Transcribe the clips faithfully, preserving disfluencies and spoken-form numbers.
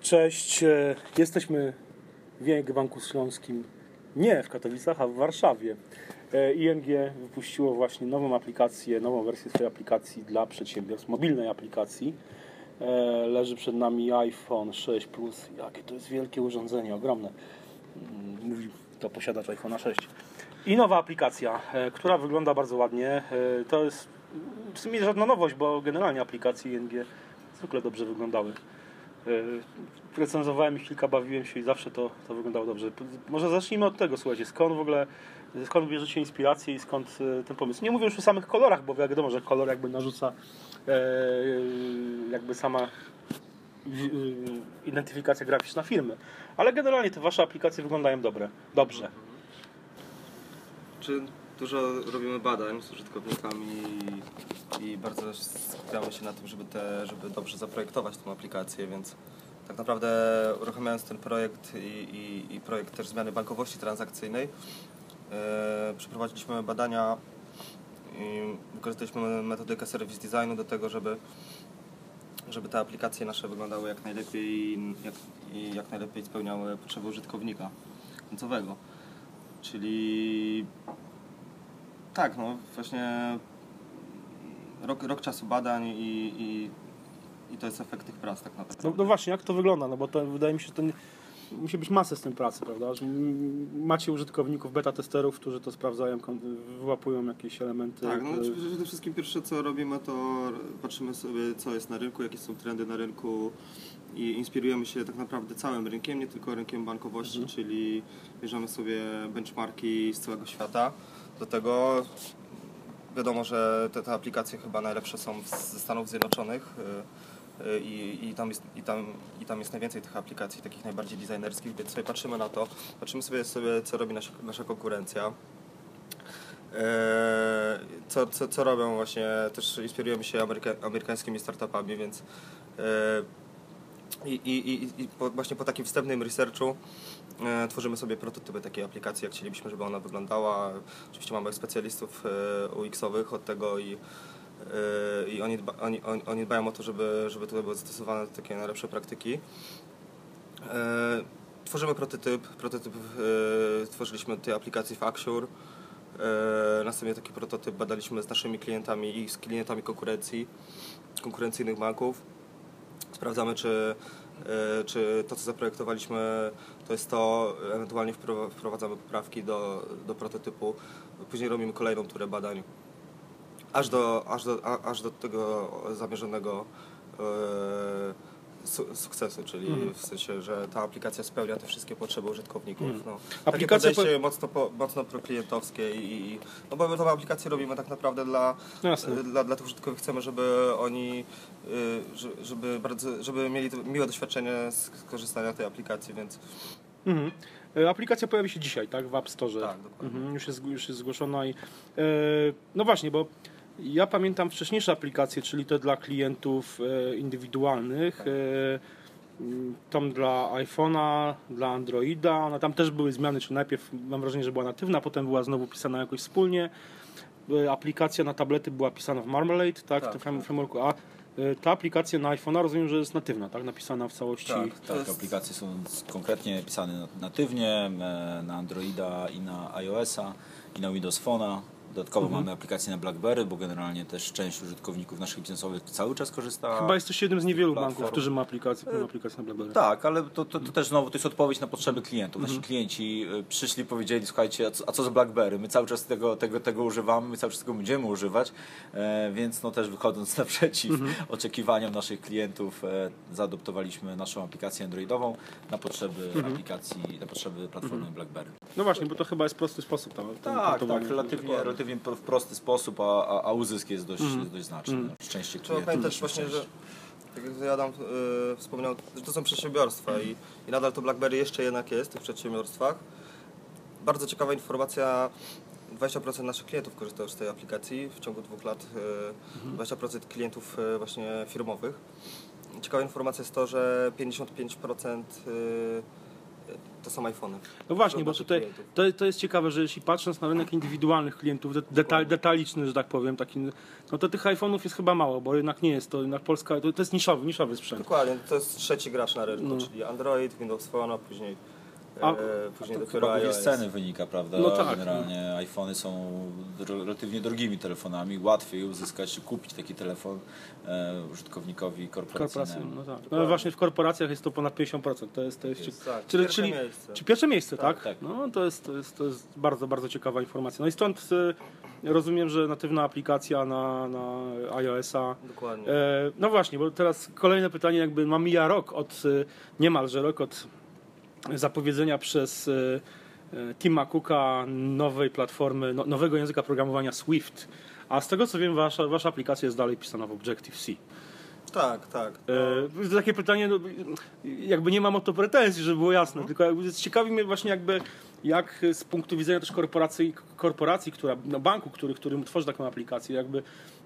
Cześć, jesteśmy w I N G Banku Śląskim, nie w Katowicach, a w Warszawie. I N G wypuściło właśnie nową aplikację, nową wersję swojej aplikacji dla przedsiębiorstw, mobilnej aplikacji. Leży przed nami iPhone sześć plus. Jakie to jest wielkie urządzenie, ogromne. Mówi to posiadacz iPhone'a sześć. I nowa aplikacja, która wygląda bardzo ładnie. To jest w sumie żadna nowość, bo generalnie aplikacje I N G zwykle dobrze wyglądały. Recenzowałem ich kilka, bawiłem się i zawsze to, to wyglądało dobrze. Może zacznijmy od tego, słuchajcie, skąd w ogóle, skąd bierzecie inspirację i skąd ten pomysł? Nie mówię już o samych kolorach, bo wiadomo, że kolor jakby narzuca e, jakby sama identyfikacja graficzna firmy. Ale generalnie te wasze aplikacje wyglądają dobre, dobrze. Czy dużo robimy badań z użytkownikami i, i bardzo skupiamy się na tym, żeby, te, żeby dobrze zaprojektować tę aplikację, więc tak naprawdę uruchamiając ten projekt i, i, i projekt też zmiany bankowości transakcyjnej, yy, przeprowadziliśmy badania i wykorzystaliśmy metodykę service designu do tego, żeby, żeby te aplikacje nasze wyglądały jak najlepiej i jak, i jak najlepiej spełniały potrzeby użytkownika końcowego. Czyli tak, no właśnie rok, rok czasu badań i, i, i to jest efekt tych prac tak naprawdę. No, no właśnie, jak to wygląda? No bo to wydaje mi się, że to nie, musi być masę z tym pracy, prawda? Że macie użytkowników, beta testerów, którzy to sprawdzają, wyłapują jakieś elementy. Tak, no przede wszystkim pierwsze co robimy, to patrzymy sobie, co jest na rynku, jakie są trendy na rynku i inspirujemy się tak naprawdę całym rynkiem, nie tylko rynkiem bankowości, mhm. czyli bierzemy sobie benchmarki z całego świata. Do tego wiadomo, że te, te aplikacje chyba najlepsze są ze Stanów Zjednoczonych i, i, tam jest, i, tam, i tam jest najwięcej tych aplikacji, takich najbardziej designerskich, więc sobie patrzymy na to, patrzymy sobie, sobie co robi nasza, nasza konkurencja, co, co, co robią właśnie, też inspirujemy się ameryka, amerykańskimi startupami, więc i, i, i po, właśnie po takim wstępnym researchu e, tworzymy sobie prototypy takiej aplikacji, jak chcielibyśmy, żeby ona wyglądała. Oczywiście mamy specjalistów e, U X-owych od tego i, e, i oni, dba, oni, oni, oni dbają o to, żeby, żeby to były zastosowane takie najlepsze praktyki. E, tworzymy prototyp, prototyp e, tworzyliśmy tej aplikacji w Axure. E, następnie taki prototyp badaliśmy z naszymi klientami i z klientami konkurencji, konkurencyjnych banków. Sprawdzamy, czy, czy to, co zaprojektowaliśmy, to jest to, ewentualnie wprowadzamy poprawki do, do prototypu. Później robimy kolejną turę badań, aż do, aż do, aż do tego zamierzonego e, su sukcesu, czyli mm. w sensie, że ta aplikacja spełnia te wszystkie potrzeby użytkowników. Mm. No. Aplikacja takie podejście po... mocno, po, mocno proklientowskie i, i no bo my tą aplikację robimy tak naprawdę dla, dla, dla tych użytkowników. Chcemy, żeby oni żeby, bardzo, żeby mieli miłe doświadczenie z korzystania tej aplikacji, więc... Mhm. Aplikacja pojawi się dzisiaj, tak? W App Store. Tak, dokładnie. Mhm. Już jest, już jest zgłoszona i... E, no właśnie, bo ja pamiętam wcześniejsze aplikacje, czyli te dla klientów e, indywidualnych, tak. e, tam dla iPhone'a, dla Androida, one tam też były zmiany, czyli najpierw mam wrażenie, że była natywna, potem była znowu pisana jakoś wspólnie. E, aplikacja na tablety była pisana w Marmalade, tak, tak w tym frameworku, a ta aplikacja na iPhone'a rozumiem, że jest natywna, tak? Napisana w całości. Tak, tak jest... aplikacje są konkretnie pisane natywnie na Androida i na iOS-a i na Windows Phone'a. Dodatkowo mhm. mamy aplikację na BlackBerry, bo generalnie też część użytkowników naszych biznesowych cały czas korzysta. Chyba jesteś jednym z niewielu platform. banków, którzy ma aplikację, aplikację na BlackBerry. Tak, ale to, to, to też znowu to jest odpowiedź na potrzeby klientów. Nasi mhm. klienci przyszli, powiedzieli, słuchajcie, a co, a co z BlackBerry? My cały czas tego, tego, tego używamy, my cały czas tego będziemy używać, e, więc no też wychodząc naprzeciw mhm. oczekiwaniom naszych klientów, e, zaadoptowaliśmy naszą aplikację androidową na potrzeby mhm. aplikacji, na potrzeby platformy mhm. BlackBerry. No właśnie, bo to chyba jest prosty sposób. Tam, tak, tak, relatywnie, relatywnie w prosty sposób, a, a, a uzysk jest dość, mm. jest dość znaczny. Mm. Szczęście klientów. Trzeba pamiętać właśnie, że tak jak Adam yy, wspomniał, że to są przedsiębiorstwa i, i nadal to BlackBerry jeszcze jednak jest w tych przedsiębiorstwach. Bardzo ciekawa informacja, dwadzieścia procent naszych klientów korzysta już z tej aplikacji w ciągu dwóch lat, yy, mm. dwadzieścia procent klientów yy, właśnie firmowych. Ciekawa informacja jest to, że pięćdziesiąt pięć procent yy, to są iPhony. No właśnie, Dla bo naszych tutaj klientów. to, to jest ciekawe, że jeśli patrząc na rynek indywidualnych klientów, de- detal, detaliczny, że tak powiem, taki, no to tych iPhone'ów jest chyba mało, bo jednak nie jest to, jednak Polska, to, to jest niszowy, niszowy sprzęt. Dokładnie, to jest trzeci gracz na rynku, No. czyli Android, Windows Phone, a później, A- e, później To dopiero chyba głównie iOS. z ceny wynika, prawda? No tak. Generalnie iPhony są relatywnie drogimi telefonami. Łatwiej uzyskać czy kupić taki telefon e, użytkownikowi korporacyjnemu. Korporacyjnym, no tak. No Dokładnie. właśnie w korporacjach jest to ponad pięćdziesiąt procent. To jest, to jest, Jest, tak, czyli, pierwsze czyli, miejsce. czy pierwsze miejsce, tak? Tak, tak. No to jest, to jest, to jest bardzo, bardzo ciekawa informacja. No i stąd y, rozumiem, że natywna aplikacja na, na iOS-a. Dokładnie. E, no właśnie, bo teraz kolejne pytanie, jakby ma mija rok od, y, niemalże rok od zapowiedzenia przez y, y, Tima Cooka nowej platformy, no, nowego języka programowania Swift. A z tego co wiem, wasza, wasza aplikacja jest dalej pisana w Objective-C. Tak, tak. E, to takie pytanie, no, jakby nie mam o to pretensji, żeby było jasne, tylko jakby ciekawi mnie właśnie jakby jak z punktu widzenia też korporacji, korporacji która, no banku, który, który tworzy taką aplikację, jakby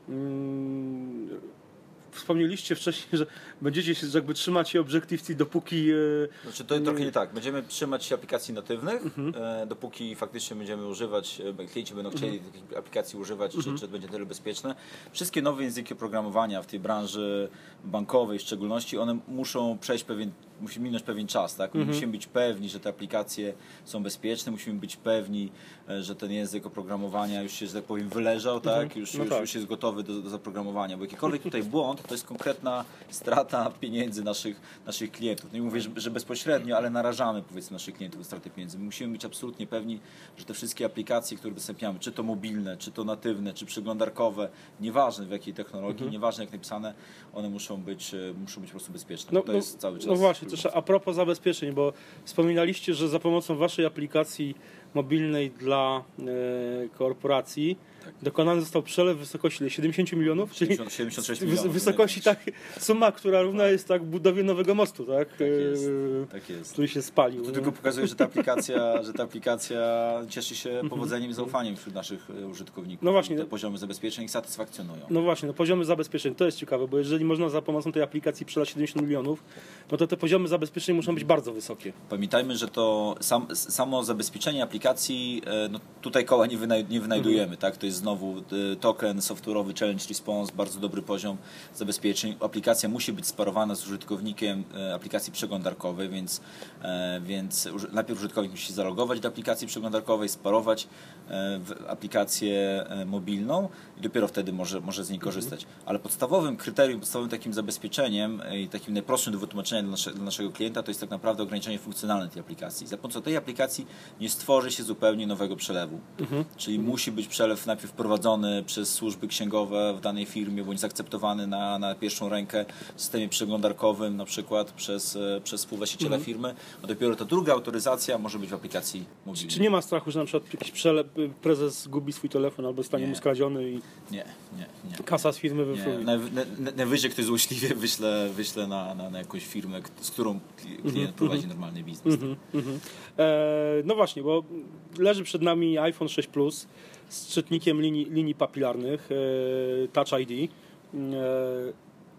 mm, wspomnieliście wcześniej, że będziecie się jakby trzymać się Objective-C dopóki... E, Znaczy to trochę nie tak. Będziemy trzymać się aplikacji natywnych, Mhm. e, dopóki faktycznie będziemy używać, e, klienci będą chcieli Mhm. takich aplikacji używać, czy, czy to będzie tyle bezpieczne. Wszystkie nowe języki oprogramowania w tej branży bankowej w szczególności, one muszą przejść pewien, musi minąć pewien czas, tak? Mhm. Musimy być pewni, że te aplikacje są bezpieczne, musimy być pewni, e, że ten język oprogramowania już się, że tak powiem, wyleżał, tak? Już, No już, tak. już jest gotowy do, do zaprogramowania, bo jakikolwiek tutaj błąd, to jest konkretna strata pieniędzy naszych, naszych klientów. Nie mówię, że, że bezpośrednio, ale narażamy, powiedzmy, naszych klientów na stratę pieniędzy. My musimy być absolutnie pewni, że te wszystkie aplikacje, które udostępniamy, czy to mobilne, czy to natywne, czy przeglądarkowe, nieważne w jakiej technologii, nieważne jak napisane, one muszą być, e, muszą być po prostu bezpieczne. No, to no, jest cały czas. no właśnie, też a propos zabezpieczeń, bo wspominaliście, że za pomocą waszej aplikacji mobilnej dla e, korporacji dokonany został przelew w wysokości siedemdziesiąt milionów, czyli siedemdziesiąt, siedemdziesiąt sześć w milionów. wysokości tak, suma, która równa jest tak budowie nowego mostu, tak? Tak jest, E, tak jest. który się spalił. To nie? tylko pokazuje, że ta aplikacja, że ta aplikacja cieszy się Mhm. powodzeniem i zaufaniem wśród naszych e, użytkowników. No właśnie. I te poziomy zabezpieczeń ich satysfakcjonują. No właśnie, no poziomy zabezpieczeń, to jest ciekawe, bo jeżeli można za pomocą tej aplikacji przelać siedemdziesiąt milionów, no to te poziomy zabezpieczeń muszą być bardzo wysokie. Pamiętajmy, że to sam, samo zabezpieczenie aplikacji, e, no tutaj koła nie, wynaj, nie wynajdujemy, Mhm. tak? To jest znowu e, token software'owy Challenge Response, bardzo dobry poziom zabezpieczeń. Aplikacja musi być sparowana z użytkownikiem e, aplikacji przeglądarkowej, więc, e, więc uży, najpierw użytkownik musi się zalogować do aplikacji przeglądarkowej, sparować e, w aplikację e, mobilną i dopiero wtedy może, może z niej korzystać. Ale podstawowym kryterium, podstawowym takim zabezpieczeniem e, i takim najprostszym do wytłumaczenia dla, nasze, dla naszego klienta to jest tak naprawdę ograniczenie funkcjonalne tej aplikacji. Za pomocą tej aplikacji nie stworzy się zupełnie nowego przelewu. Mhm. Czyli musi być przelew najpierw prowadzony przez służby księgowe w danej firmie, bądź zaakceptowany na, na pierwszą rękę w systemie przeglądarkowym, na przykład przez, e, przez współwłaściciela Mhm. firmy, a dopiero ta druga autoryzacja może być w aplikacji mobilnej. Czy nie ma strachu, że na przykład jakiś przelew, prezes gubi swój telefon albo stanie Nie. mu skradziony i Nie, nie, nie. kasa z firmy Nie, wyfruje? naj- na- najwyżej ktoś złośliwie wyśle, wyśle na, na, na jakąś firmę, k- z którą kli- klient Mhm, prowadzi normalny biznes. Mhm, mhm. E, no właśnie, bo leży przed nami iPhone sześć Plus z czytnikiem linii, linii papilarnych, e, Touch I D. E,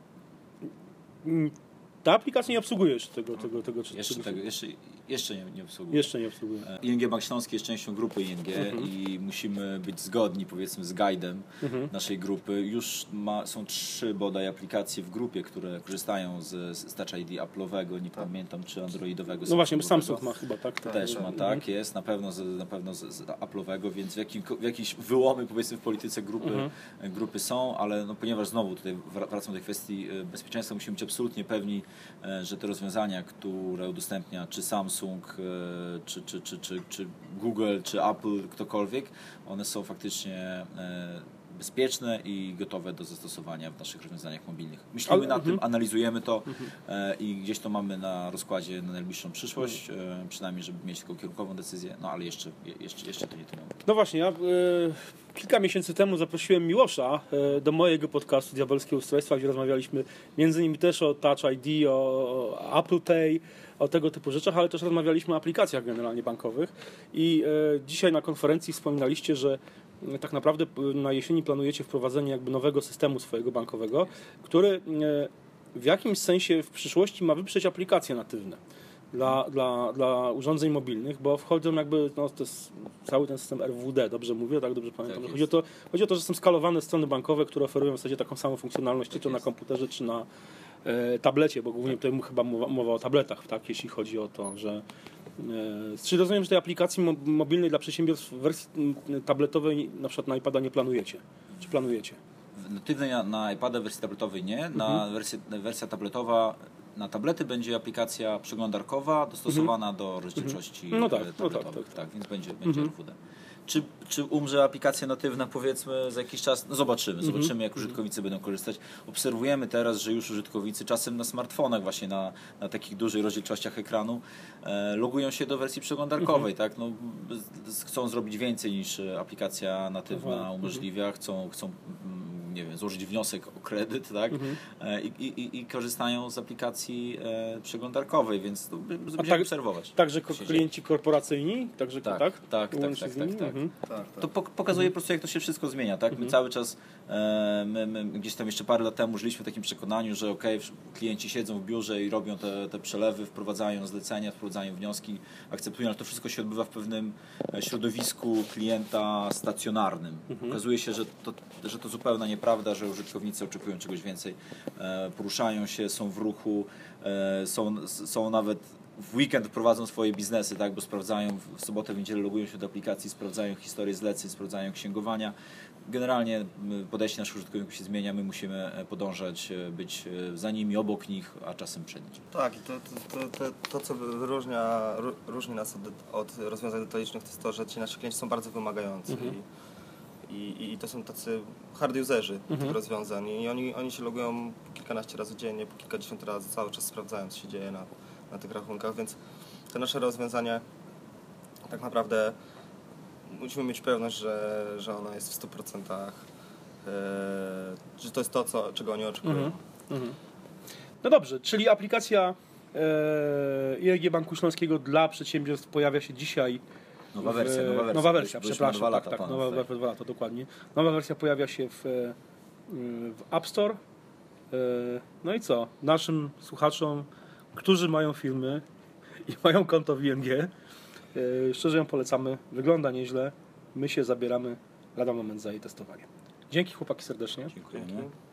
m, ta aplikacja nie obsługuje jeszcze tego, tego, tego, Jeszcze, tego tego, jeszcze, jeszcze nie, nie obsługuje. Jeszcze nie obsługuje. E, I N G Bank Śląski jest częścią grupy I N G Mhm. i musimy być zgodni, powiedzmy, z guidem Mhm. naszej grupy. Już ma, są trzy bodaj aplikacje w grupie, które korzystają z, z Touch I D Apple'owego, nie pamiętam czy androidowego. No właśnie, bo Samsungowego. Samsung ma chyba, tak? tak. Też ma, tak, jest, na pewno z, na pewno z, z Apple'owego, więc w, jakim, w jakieś wyłomy, powiedzmy, w polityce grupy, Mhm. grupy są, ale no, ponieważ znowu tutaj wra- wracam do tej kwestii e, bezpieczeństwa, musimy być absolutnie pewni, e, że te rozwiązania, które udostępnia czy Samsung, e, czy, czy, czy, czy, czy Google, czy Apple, ktokolwiek, one są faktycznie e, bezpieczne i gotowe do zastosowania w naszych rozwiązaniach mobilnych. Myślimy Ale- nad tym, mhm. analizujemy to e, i gdzieś to mamy na rozkładzie na najbliższą przyszłość, e, przynajmniej żeby mieć taką kierunkową decyzję, no ale jeszcze, je- jeszcze, jeszcze to nie ten moment. No właśnie, ja e, kilka miesięcy temu zaprosiłem Miłosza e, do mojego podcastu Diabelskie Ustrojstwa, gdzie rozmawialiśmy między innymi też o Touch I D, o, o Apple Pay, o tego typu rzeczach, ale też rozmawialiśmy o aplikacjach generalnie bankowych i e, dzisiaj na konferencji wspominaliście, że e, tak naprawdę p- na jesieni planujecie wprowadzenie jakby nowego systemu swojego bankowego, który e, w jakimś sensie w przyszłości ma wyprzeć aplikacje natywne. dla, dla, dla urządzeń mobilnych, bo wchodzą jakby, no to jest cały ten system R W D, dobrze mówię, tak dobrze pamiętam. Tak chodzi, o to, chodzi o to, że są skalowane strony bankowe, które oferują w zasadzie taką samą funkcjonalność, Tak czy to na jest. komputerze, czy na e, tablecie, bo głównie tutaj chyba mowa, mowa o tabletach, tak, jeśli chodzi o to, że e, czy rozumiem, że tej aplikacji mo- mobilnej dla przedsiębiorstw w wersji m, tabletowej na przykład na iPada nie planujecie? Czy planujecie? Natywnej na, na iPada wersji tabletowej nie, na Mhm. wersję, wersja tabletowa na tablety będzie aplikacja przeglądarkowa dostosowana do rozdzielczości No tak, e, no tak, tabletowych, tak, tak, więc będzie, będzie Mhm. R W D. Czy, czy umrze aplikacja natywna powiedzmy za jakiś czas? No zobaczymy, Mhm. zobaczymy jak użytkownicy będą korzystać. Obserwujemy teraz, że już użytkownicy czasem na smartfonach właśnie na, na takich dużych rozdzielczościach ekranu e, logują się do wersji przeglądarkowej, Mhm. tak? No, z- chcą zrobić więcej niż e, aplikacja natywna Mhm. umożliwia, chcą, chcą mm, nie wiem, złożyć wniosek o kredyt, tak? Mhm. E, I, i, i korzystają z aplikacji e, przeglądarkowej, więc to by- będziemy tak- obserwować. Także co się dzieje. klienci korporacyjni? Także Tak, tak? tak, tak, Łącznie tak, z nimi? tak, tak. Mhm. Tak, tak. To pok- pokazuje po prostu, jak to się wszystko zmienia, tak? My cały czas, e, my, my gdzieś tam jeszcze parę lat temu żyliśmy w takim przekonaniu, że okej, klienci siedzą w biurze i robią te, te przelewy, wprowadzają zlecenia, wprowadzają wnioski, akceptują, ale to wszystko się odbywa w pewnym e, środowisku klienta stacjonarnym. Okazuje się, że to, że to zupełna nieprawda, że użytkownicy oczekują czegoś więcej, e, poruszają się, są w ruchu, e, są, są nawet w weekend prowadzą swoje biznesy, tak, bo sprawdzają w sobotę, w niedzielę logują się do aplikacji, sprawdzają historię zleceń, sprawdzają księgowania. Generalnie my- podejście naszych użytkowników się zmienia, my musimy e, podążać, e, być e, za nimi, obok nich, a czasem przed nimi. Tak, i to, to, to, to, to co wyróżnia, ró- różni nas od, od rozwiązań detalicznych, to jest to, że ci nasi klienci są bardzo wymagający i, i, i to są tacy hard userzy tych rozwiązań i oni, oni się logują po kilkanaście razy dziennie, po kilkadziesiąt razy, cały czas sprawdzają, co się dzieje na, na tych rachunkach, więc to nasze rozwiązanie tak naprawdę musimy mieć pewność, że, że ono jest w stu procentach, e, że to jest to, co, czego oni oczekują. Mhm. Mhm. No dobrze, czyli aplikacja e, I N G Banku Śląskiego dla przedsiębiorstw pojawia się dzisiaj. Nowa w- wersja, nowa wersja. Nowa wersja, Byliśmy przepraszam. dwa tak, lata tak, ponad, nowa tak. wersja, dwa lata, dokładnie. Nowa wersja pojawia się w, e, w App Store. E, no i co? Naszym słuchaczom, którzy mają firmy i mają konto w I N G, e, szczerze ją polecamy. Wygląda nieźle. My się zabieramy lada moment za jej testowanie. Dzięki chłopaki serdecznie. Dziękujemy. Dzięki.